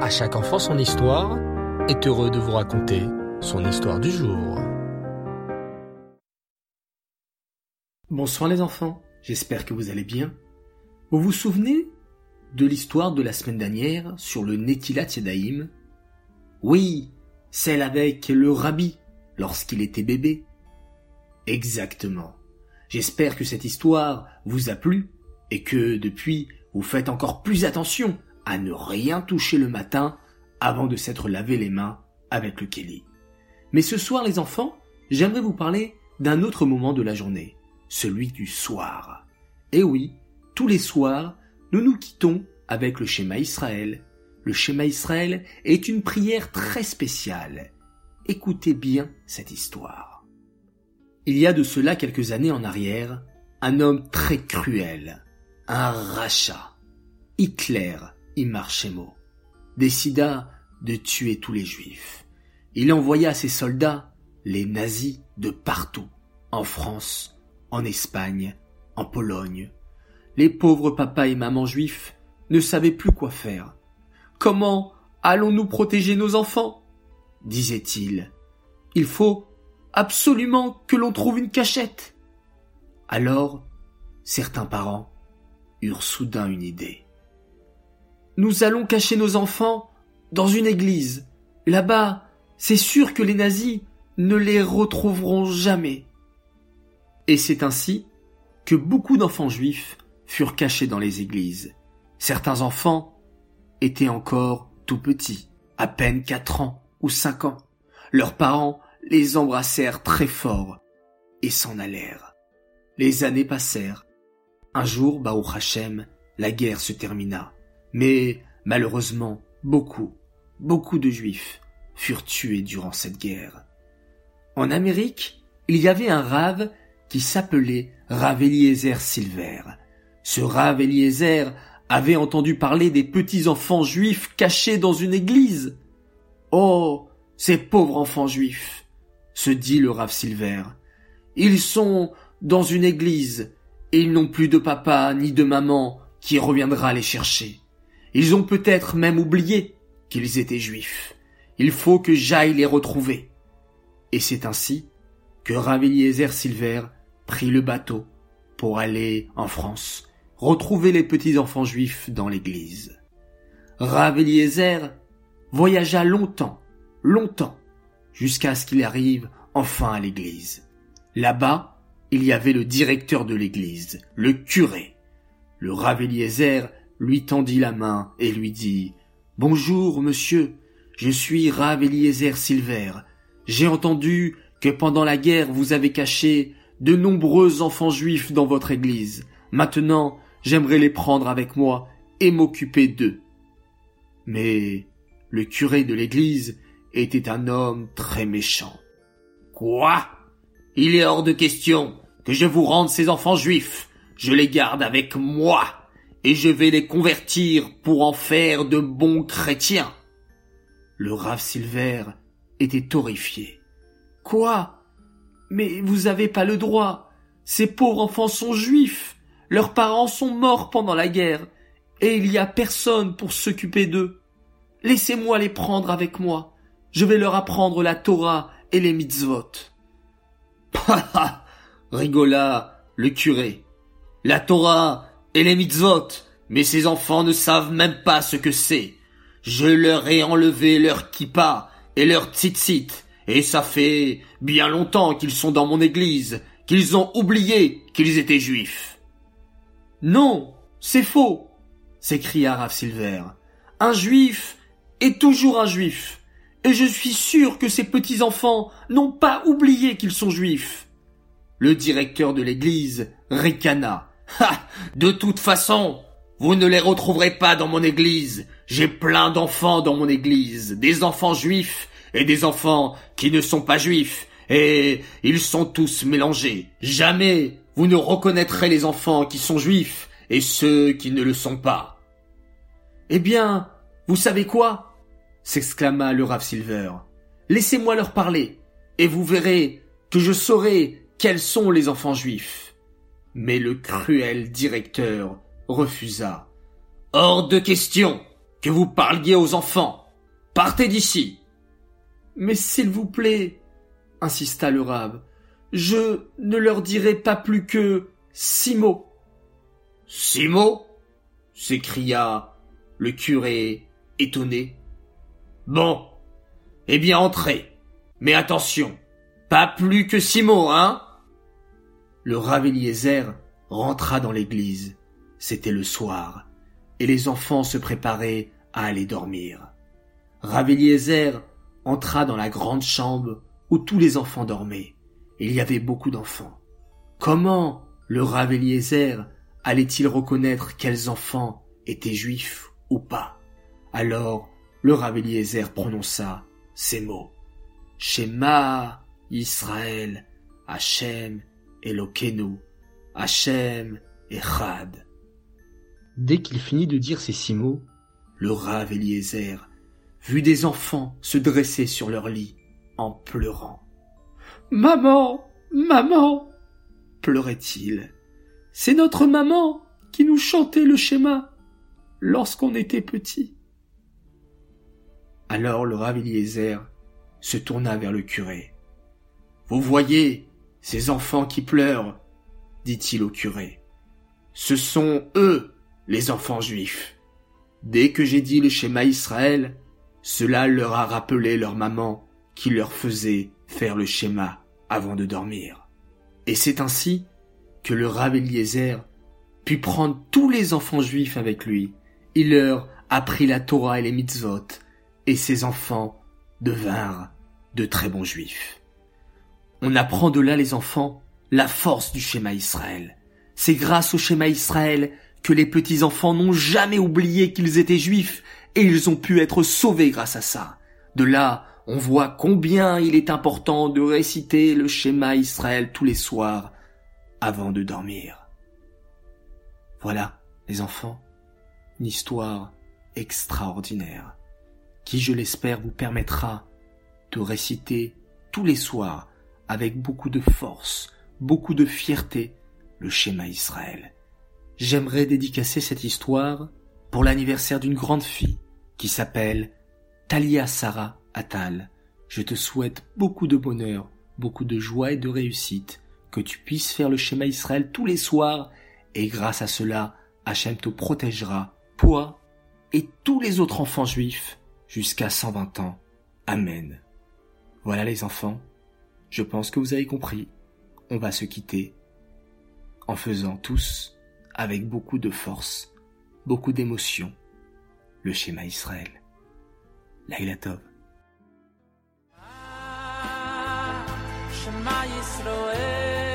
À chaque enfant son histoire est heureux de vous raconter son histoire du jour. Bonsoir les enfants, j'espère que vous allez bien. Vous vous souvenez de l'histoire de la semaine dernière sur le Netilat Yadayim? Oui, celle avec le rabbi lorsqu'il était bébé. Exactement. J'espère que cette histoire vous a plu et que depuis vous faites encore plus attention à ne rien toucher le matin avant de s'être lavé les mains avec le kéli. Mais ce soir les enfants, j'aimerais vous parler d'un autre moment de la journée, celui du soir. Et oui, tous les soirs, nous nous quittons avec le Shema Israël. Le Shema Israël est une prière très spéciale. Écoutez bien cette histoire. Il y a de cela quelques années en arrière, un homme très cruel, un rachat, Hitler Imar Shemo, décida de tuer tous les juifs. Il envoya ses soldats, les nazis, de partout, en France, en Espagne, en Pologne. Les pauvres papas et mamans juifs ne savaient plus quoi faire. « Comment allons-nous protéger nos enfants ?» disait-il. « Il faut absolument que l'on trouve une cachette. » Alors, certains parents eurent soudain une idée. « Nous allons cacher nos enfants dans une église. Là-bas, c'est sûr que les nazis ne les retrouveront jamais. » Et c'est ainsi que beaucoup d'enfants juifs furent cachés dans les églises. Certains enfants étaient encore tout petits, à peine 4 ans ou 5 ans. Leurs parents les embrassèrent très fort et s'en allèrent. Les années passèrent. Un jour, Baruch Hashem, la guerre se termina. Mais malheureusement, beaucoup de juifs furent tués durant cette guerre. En Amérique, il y avait un rave qui s'appelait Rav Eliezer Silver. Ce Rav Eliezer avait entendu parler des petits enfants juifs cachés dans une église. « Oh, ces pauvres enfants juifs !» se dit le Rav Silver. « Ils sont dans une église et ils n'ont plus de papa ni de maman qui reviendra les chercher. Ils ont peut-être même oublié qu'ils étaient juifs. Il faut que j'aille les retrouver. » Et c'est ainsi que Rav Eliezer Silver prit le bateau pour aller en France, retrouver les petits enfants juifs dans l'église. Rav Eliezer voyagea longtemps, jusqu'à ce qu'il arrive enfin à l'église. Là-bas, il y avait le directeur de l'église, le curé. Le Rav Eliezer lui tendit la main et lui dit « Bonjour, monsieur, je suis Rav Eliezer Silver. J'ai entendu que pendant la guerre vous avez caché de nombreux enfants juifs dans votre église. Maintenant, j'aimerais les prendre avec moi et m'occuper d'eux. » Mais le curé de l'église était un homme très méchant. « Quoi ? Il est hors de question que je vous rende ces enfants juifs. Je les garde avec moi et je vais les convertir pour en faire de bons chrétiens. » Le Rav Silver était horrifié. « Quoi ? Mais vous avez pas le droit. Ces pauvres enfants sont juifs. Leurs parents sont morts pendant la guerre. Et il y a personne pour s'occuper d'eux. Laissez-moi les prendre avec moi. Je vais leur apprendre la Torah et les mitzvot. » rigola le curé. « La Torah et les mitzvot, mais ces enfants ne savent même pas ce que c'est. Je leur ai enlevé leur kippa et leur tzitzit, et ça fait bien longtemps qu'ils sont dans mon église, qu'ils ont oublié qu'ils étaient juifs. »« Non, c'est faux !» s'écria Rav Silver. « Un juif est toujours un juif, et je suis sûr que ces petits-enfants n'ont pas oublié qu'ils sont juifs. » Le directeur de l'église ricana. « Ha ! De toute façon, vous ne les retrouverez pas dans mon église. J'ai plein d'enfants dans mon église, des enfants juifs et des enfants qui ne sont pas juifs, et ils sont tous mélangés. Jamais vous ne reconnaîtrez les enfants qui sont juifs et ceux qui ne le sont pas. »« Eh bien, vous savez quoi ?» s'exclama le Rav Silver. « Laissez-moi leur parler, et vous verrez que je saurai quels sont les enfants juifs. » Mais le cruel directeur refusa. « Hors de question que vous parliez aux enfants. Partez d'ici. Mais s'il vous plaît, insista le rabbin, je ne leur dirai pas plus que 6 mots. 6 mots? S'écria le curé étonné. Bon, eh bien entrez, mais attention, pas plus que 6 mots, hein? Le rav Eliezer rentra dans l'église. C'était le soir, et les enfants se préparaient à aller dormir. Rav Eliezer entra dans la grande chambre où tous les enfants dormaient. Il y avait beaucoup d'enfants. Comment le rav Eliezer allait-il reconnaître quels enfants étaient juifs ou pas? Alors le rav Eliezer prononça ces mots. Shema Israël, Hachem Elokeinu, Hachem Echad. Dès qu'il finit de dire ces 6 mots, le rav Eliezer vit des enfants se dresser sur leur lit en pleurant. « Maman, maman !» pleurait-il. « C'est notre maman qui nous chantait le schéma lorsqu'on était petit. » Alors le rav Eliezer se tourna vers le curé. « Vous voyez ces enfants qui pleurent, dit-il au curé. Ce sont eux, les enfants juifs. Dès que j'ai dit le schéma Israël, cela leur a rappelé leur maman qui leur faisait faire le schéma avant de dormir. Et c'est ainsi que le rav Eliezer put prendre tous les enfants juifs avec lui. Il leur apprit la Torah et les mitzvot, et ces enfants devinrent de très bons juifs. On apprend de là, les enfants, la force du schéma Israël. C'est grâce au schéma Israël que les petits-enfants n'ont jamais oublié qu'ils étaient juifs et ils ont pu être sauvés grâce à ça. De là, on voit combien il est important de réciter le schéma Israël tous les soirs avant de dormir. Voilà, les enfants, une histoire extraordinaire qui, je l'espère, vous permettra de réciter tous les soirs avec beaucoup de force, beaucoup de fierté, le schéma Israël. J'aimerais dédicacer cette histoire pour l'anniversaire d'une grande fille qui s'appelle Talia Sarah Attal. Je te souhaite beaucoup de bonheur, beaucoup de joie et de réussite, que tu puisses faire le schéma Israël tous les soirs et grâce à cela, Hachem te protégera, toi et tous les autres enfants juifs jusqu'à 120 ans. Amen. Voilà les enfants, je pense que vous avez compris. On va se quitter en faisant tous, avec beaucoup de force, beaucoup d'émotion, le schéma Israël. Laila Tov. Shema Yisroel